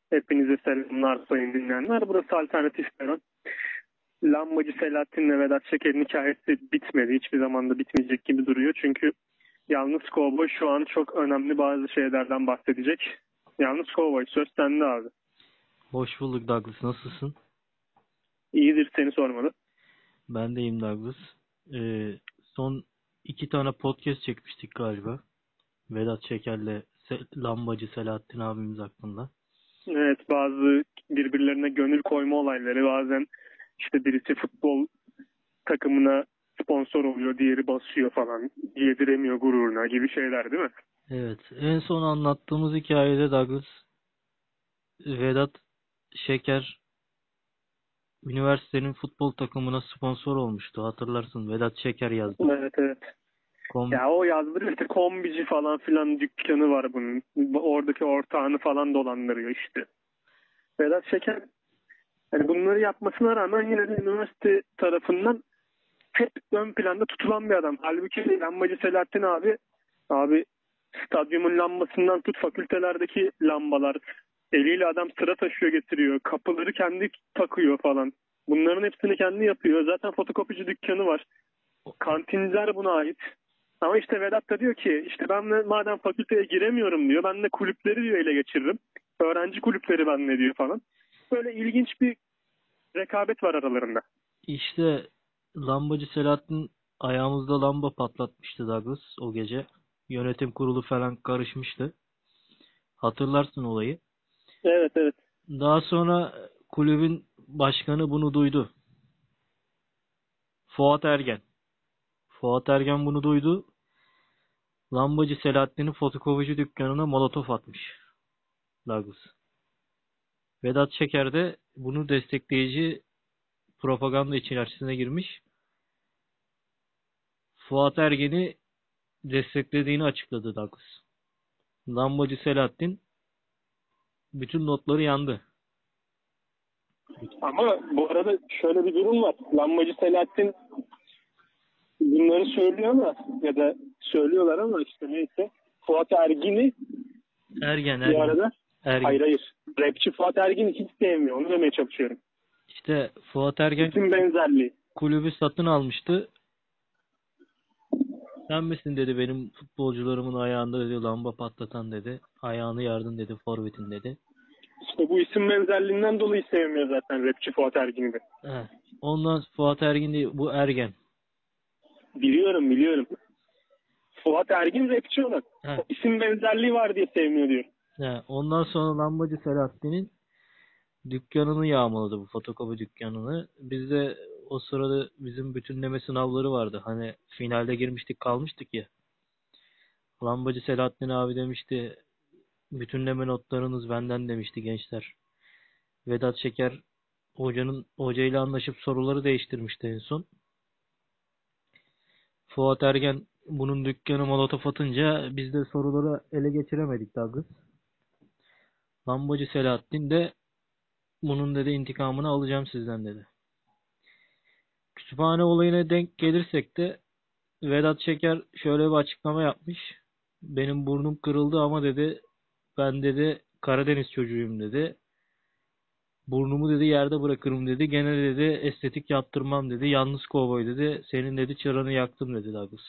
Hepinize selamlar sayın dinleyenler. Burası Alternatif Peron. Lambacı Selahattin'le Vedat Şeker'in hikayesi bitmedi. Hiçbir zaman da bitmeyecek gibi duruyor. Çünkü Yalnız Kovboy şu an çok önemli bazı şeylerden bahsedecek. Yalnız Kovboy, söz sende abi. Hoş bulduk Douglas. Nasılsın? İyidir, seni sormalı. Ben de iyiyim Douglas. Son 2 tane podcast çekmiştik galiba. Vedat Şeker'le Lambacı Selahattin abimiz hakkında. Evet, bazı birbirlerine gönül koyma olayları, bazen işte birisi futbol takımına sponsor oluyor, diğeri basıyor falan, yediremiyor gururuna gibi şeyler değil mi? Evet. En son anlattığımız hikayede Douglas, Vedat Şeker üniversitenin futbol takımına sponsor olmuştu. Hatırlarsın. Vedat Şeker yazdı. Evet, evet. Kom Ya o yazdırıyor işte, kombici falan filan dükkanı var bunun. Oradaki ortağını falan dolandırıyor işte. Vedat Şeker yani bunları yapmasına rağmen yine de üniversite tarafından hep ön planda tutulan bir adam. Halbuki lambacı Selahattin abi stadyumun lambasından tut fakültelerdeki lambalar, eliyle adam sıra taşıyor getiriyor. Kapıları kendi takıyor falan. Bunların hepsini kendi yapıyor. Zaten fotokopici dükkanı var. Kantinler buna ait. Ama işte Vedat da diyor ki işte ben de madem fakülteye giremiyorum diyor. Ben de kulüpleri diyor ele geçiririm. Öğrenci kulüpleri ben ne diyor falan. Böyle ilginç bir rekabet var aralarında. işte Lambacı Selahattin ayağımızda lamba patlatmıştı Douglas o gece. Yönetim kurulu falan karışmıştı. Hatırlarsın olayı. Evet, evet. Daha sonra kulübün başkanı bunu duydu. Fuat Ergen. Fuat Ergen bunu duydu. Lambacı Selahattin'in fotokopici dükkanına molotof atmış Douglas. Vedat Şeker de bunu destekleyici propaganda içerisine girmiş. Fuat Ergen'i desteklediğini açıkladı Douglas. Lambacı Selahattin bütün notları yandı. Ama bu arada şöyle bir durum var. Lambacı Selahattin bunları söylüyor ama ya da söylüyorlar ama işte neyse. Fuat Ergin'i bir Ergen. arada Ergen. hayır. Rapçi Fuat Ergin'i hiç sevmiyor. Onu demeye çalışıyorum. İşte Fuat Ergen İsim benzerliği. kulübü satın almıştı. Sen misin dedi benim futbolcularımın ayağında dedi lamba patlatan dedi. Ayağını yardın dedi forvetin dedi. İşte bu isim benzerliğinden dolayı sevmiyor zaten rapçi Fuat Ergin'i de. He. Ondan Fuat Ergin değil bu Ergen. Biliyorum. Fuat Ergin rapçi olan. He. O isim benzerliği var diye sevmiyor diyor. He. Ondan sonra Lambacı Selahattin'in dükkanını yağmaladı bu fotokopi dükkanını. Biz de o sırada bizim bütünleme sınavları vardı. Hani finalde girmiştik kalmıştık ya. Lambacı Selahattin abi demişti bütünleme notlarınız benden demişti gençler. Vedat Şeker hocayla anlaşıp soruları değiştirmişti en son. Fuat Ergen bunun dükkanı molotof atınca biz de soruları ele geçiremedik Douglas. Lambacı Selahattin de bunun dedi intikamını alacağım sizden dedi. Kütüphane olayına denk gelirsek de Vedat Şeker şöyle bir açıklama yapmış. Benim burnum kırıldı ama dedi ben dedi Karadeniz çocuğuyum dedi. Burnumu dedi yerde bırakırım dedi. Gene dedi estetik yaptırmam dedi. Yalnız kovboy dedi. Senin dedi çıranı yaktım dedi Douglas.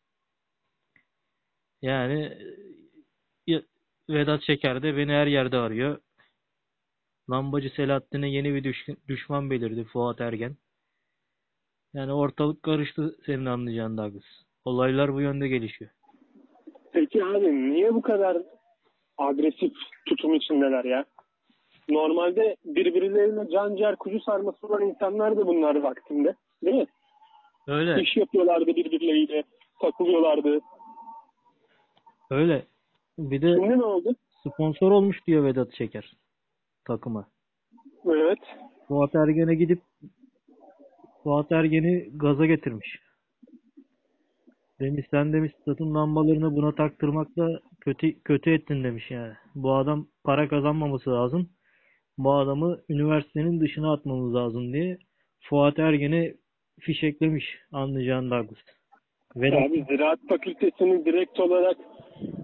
Yani Vedat Şeker de beni her yerde arıyor. Lambacı Selahattin'e yeni bir düşman belirdi Fuat Ergen. Yani ortalık karıştı senin anlayacağın Douglas. Olaylar bu yönde gelişiyor. Peki abi niye bu kadar agresif tutum içindeler ya? Normalde birbirlerine can ciğer kuzu sarması olan insanlar da bunlar vaktinde. Değil mi? Öyle. İş yapıyorlardı birbirleriyle. Takılıyorlardı. Öyle. Bir de Şimdi ne oldu? sponsor olmuş diyor Vedat Şeker takıma. Evet. Fuat Ergen'e gidip Fuat Ergen'i gaza getirmiş. Demiş sen demiş satın lambalarını buna taktırmakla kötü ettin demiş yani. Bu adam para kazanmaması lazım. Bu adamı üniversitenin dışına atmamız lazım diye Fuat Ergen'i fişeklemiş anlayacağın Douglas. Vedat Abi Ziraat Fakültesini direkt olarak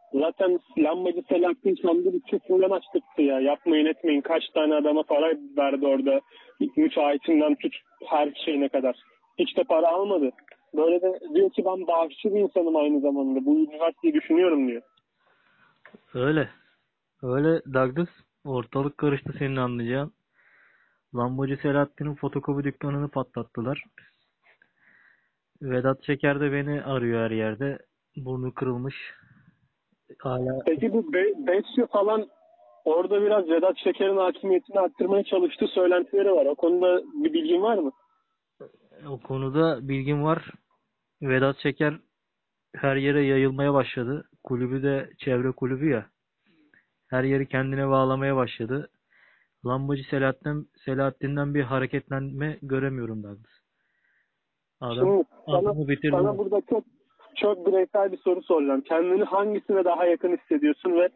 Zaten lambacı Selahattin Çandır içisinden açtıktı ya. Yapmayın etmeyin. Kaç tane adama para verdi orada. Müteahhitinden tut her şeyine kadar. Hiç de para almadı. Böyle de diyor ki ben bağışçı bir insanım aynı zamanda. Bu üniversiteyi düşünüyorum diyor. Öyle. Öyle Douglas. Ortalık karıştı senin anlayacağın. Lambacı Selahattin'in fotokopi dükkanını patlattılar. Vedat Şeker de beni arıyor her yerde. Burnu kırılmış. Hala Peki bu Besyo falan orada biraz Vedat Şeker'in hakimiyetini arttırmaya çalıştığı söylentileri var. O konuda bir bilgin var mı? o konuda bilgim var. Vedat Şeker her yere yayılmaya başladı. Kulübü de çevre kulübü ya. Her yeri kendine bağlamaya başladı. Lambacı Selahattin'den bir hareketlenme göremiyorum Douglas. Adam Şimdi adamı sana bitirdi. burada çok bireysel bir soru soracağım. Kendini hangisine daha yakın hissediyorsun ve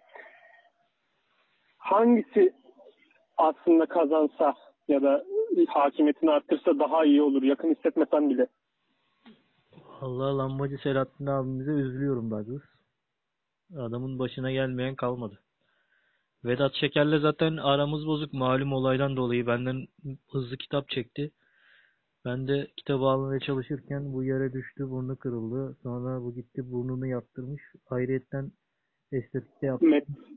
hangisi aslında kazansa ya da hakimiyetini arttırsa daha iyi olur yakın hissetmesen bile? Allah Lambacı Selahattin abimize üzülüyorum Douglas. Adamın başına gelmeyen kalmadı. Vedat Şeker'le zaten aramız bozuk malum olaydan dolayı benden hızlı kitap çekti. Ben de kitabı almaya çalışırken bu yere düştü, burnu kırıldı. Sonra bu gitti burnunu yaptırmış. Ayrıyetten estetikte yaptı.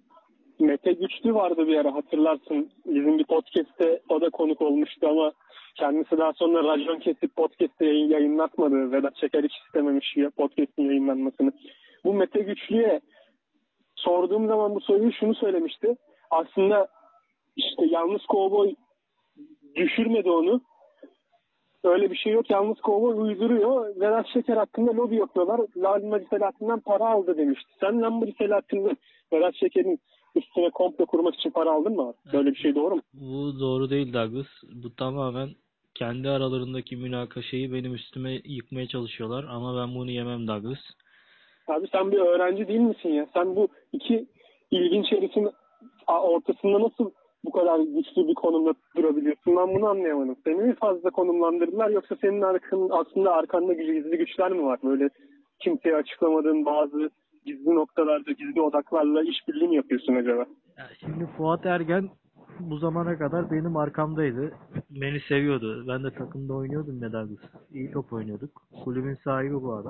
Mete Güçlü vardı bir ara hatırlarsın. Bizim bir podcast'te o da konuk olmuştu ama kendisi daha sonra racon kesip podcast'te yayınlatmadı. Vedat Şeker hiç istememiş podcast'in yayınlanmasını. Bu Mete Güçlü'ye sorduğum zaman bu soruyu şunu söylemişti. Aslında işte yalnız kovboy düşürmedi onu. Öyle bir şey yok. Yalnız kovboy uyduruyor. Vedat Şeker hakkında lobi yapıyorlar. Lambacı Selahattin'den para aldı demişti. Sen Lambacı Selahattin'den Vedat Şeker'in üstüne komplo kurmak için para aldın mı? Böyle bir şey doğru mu? Bu doğru değil Douglas. Bu tamamen kendi aralarındaki münakaşayı benim üstüme yıkmaya çalışıyorlar ama ben bunu yemem Douglas. Abi sen bir öğrenci değil misin ya? Sen bu iki ilginç herifin ortasında nasıl bu kadar güçlü bir konumda durabiliyorsun? Ben bunu anlayamadım. Seni mi fazla konumlandırdılar yoksa senin aslında arkanda gizli güçler mi var? Böyle kimseye açıklamadığın bazı gizli noktalarda, gizli odaklarla işbirliği mi yapıyorsun acaba? Ya şimdi Fuat Ergen bu zamana kadar benim arkamdaydı. Beni seviyordu. Ben de takımda oynuyordum ya Douglas. İyi top oynuyorduk. Kulübün sahibi bu adam.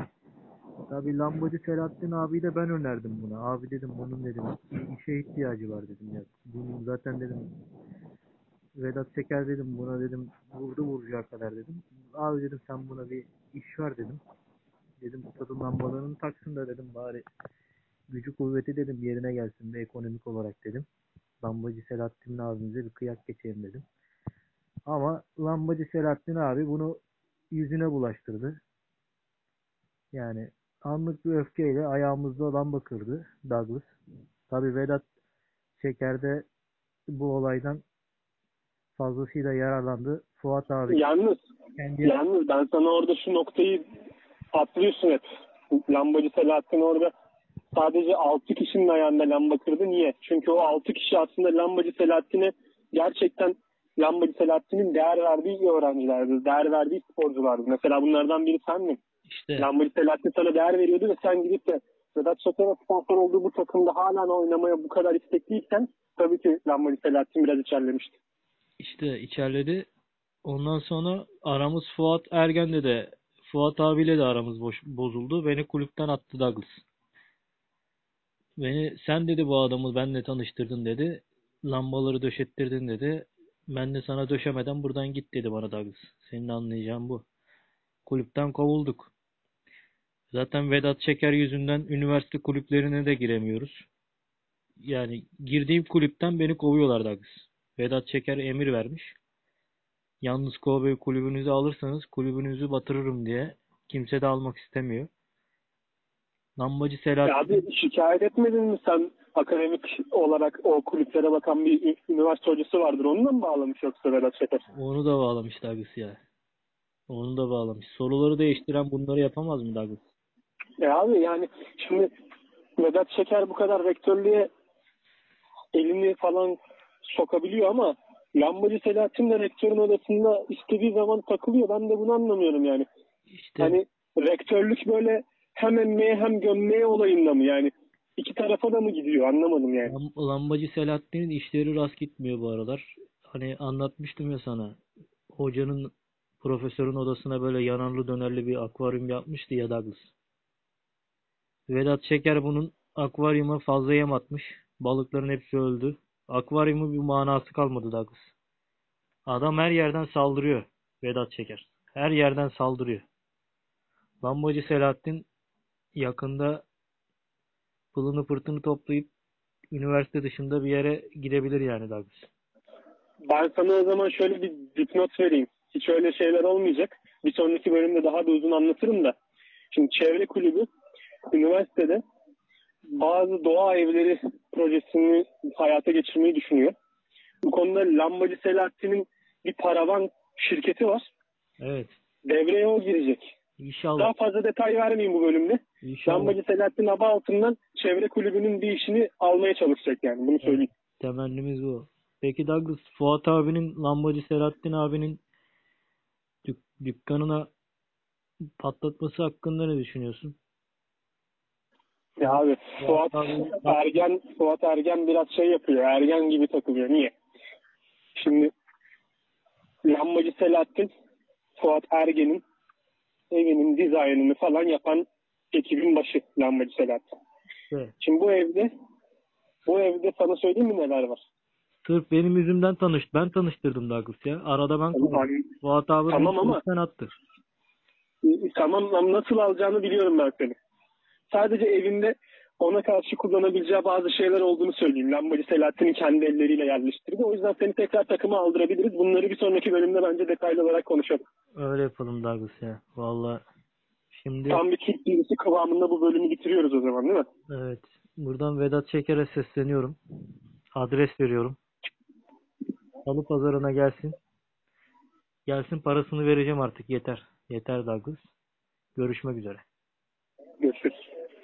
Tabii Lambacı Selahattin abi de ben önerdim buna. Abi dedim bunun dedim işe ihtiyacı var dedim ya. Bunun zaten dedim Vedat Çeker dedim buna dedim vuracağı kadar dedim. Abi dedim sen buna bir iş var dedim. Dedim tadım lambalarını taksın da dedim bari gücü kuvveti dedim yerine gelsin de ekonomik olarak dedim. Lambacı Selahattin abimize bir kıyak geçelim dedim. Ama Lambacı Selahattin abi bunu yüzüne bulaştırdı. Yani anlık bir öfkeyle ayağımızda lamba kırdı Douglas. Tabii Vedat Şeker de bu olaydan fazlasıyla yararlandı. Fuat abi Yalnız, kendi yalnız ben sana orada şu noktayı atlıyorsun hep. Lambacı Selahattin orada sadece 6 kişinin ayağında lamba kırdı. Niye? Çünkü o 6 kişi aslında Lambacı Selahattin'e gerçekten Lambacı Selahattin'in değer verdiği öğrencilerdi. Değer verdiği sporculardı. Mesela bunlardan biri sendin. işte Lambacı Selahattin sana değer veriyordu ve sen gidip de Vedat Şeker'e sponsor olduğu bu takımda hala oynamaya bu kadar istekliyken tabii ki Lambacı Selahattin biraz içerlemişti. işte içerledi. Ondan sonra aramız Fuat Ergen'le de Fuat abiyle de aramız bozuldu. Beni kulüpten attı Douglas. Beni sen dedi bu adamı benle tanıştırdın dedi. Lambaları döşettirdin dedi. Ben de sana döşemeden buradan git dedi bana Douglas. Senin anlayacağın bu. Kulüpten kovulduk. Zaten Vedat Şeker yüzünden üniversite kulüplerine de giremiyoruz. Yani girdiğim kulüpten beni kovuyorlar Douglas. Vedat Şeker emir vermiş. Yalnız Kobe kulübünüzü alırsanız kulübünüzü batırırım diye. Kimse de almak istemiyor. Lambacı Ya abi Selahattin şikayet etmedin mi sen akademik olarak o kulüplere bakan bir üniversite hocası vardır. Onunla mı bağlamış yoksa Vedat Şeker? onu da bağlamış Douglas ya. Onu da bağlamış. Soruları değiştiren bunları yapamaz mı Douglas? Abi yani şimdi Vedat Şeker bu kadar rektörlüğe elini falan sokabiliyor ama Lambacı Selahattin de rektörün odasında istediği zaman takılıyor. Ben de bunu anlamıyorum yani. İşte Hani rektörlük böyle hem emmeye hem gömmeye olayında mı yani? iki tarafa da mı gidiyor anlamadım yani. Lambacı Selahattin'in işleri rast gitmiyor bu aralar. Hani anlatmıştım ya sana. Hocanın, profesörün odasına böyle yanarlı dönerli bir akvaryum yapmıştı ya Douglas. Vedat Şeker bunun akvaryuma fazla yem atmış. Balıkların hepsi öldü. Akvaryumun bir manası kalmadı Douglas. Adam her yerden saldırıyor. Vedat Şeker. Her yerden saldırıyor. Lambacı Selahattin yakında pılını pırtını toplayıp üniversite dışında bir yere gidebilir yani Douglas. Ben sana o zaman şöyle bir dipnot vereyim. Hiç öyle şeyler olmayacak. Bir sonraki bölümde daha da uzun anlatırım da. Şimdi çevre kulübü üniversitede bazı doğa evleri projesini hayata geçirmeyi düşünüyor. Bu konuda Lambacı Selahattin'in bir paravan şirketi var. Evet. Devreye o girecek. İnşallah. Daha fazla detay vermeyeyim bu bölümde. İnşallah. Lambacı Selahattin aba altından çevre kulübünün bir işini almaya çalışacak yani. Bunu Evet, söyleyeyim. temennimiz bu. Peki Douglas, Fuat abinin, Lambacı Selahattin abinin dükkanına patlatması hakkında ne düşünüyorsun? Ya abi Fuat abi, Fuat Ergen biraz şey yapıyor. Ergen gibi takılıyor. Niye? Şimdi Lambacı Selahattin Fuat Ergen'in evinin dizaynını falan yapan ekibin başı Lambacı Selahattin. evet. Şimdi bu evde sana söyleyeyim mi neler var? Sırf benim yüzümden ben tanıştırdım Douglas ya. Arada ben kaldım. Fuat abi beni Tamam ama işten attı. tamam nasıl alacağını biliyorum ben seni. Sadece evinde ona karşı kullanabileceği bazı şeyler olduğunu söyleyeyim. Lambacı Selahattin'in kendi elleriyle yerleştirdi. O yüzden seni tekrar takıma aldırabiliriz. Bunları bir sonraki bölümde bence detaylı olarak konuşalım. Öyle yapalım Douglas ya. Vallahi şimdi Tam bir Türk dizisi kıvamında bu bölümü bitiriyoruz o zaman değil mi? evet, buradan Vedat Şeker'e sesleniyorum. Adres veriyorum. Salı pazarına gelsin. Gelsin, parasını vereceğim artık, yeter. Yeter Douglas. Görüşmek üzere. Görüşürüz.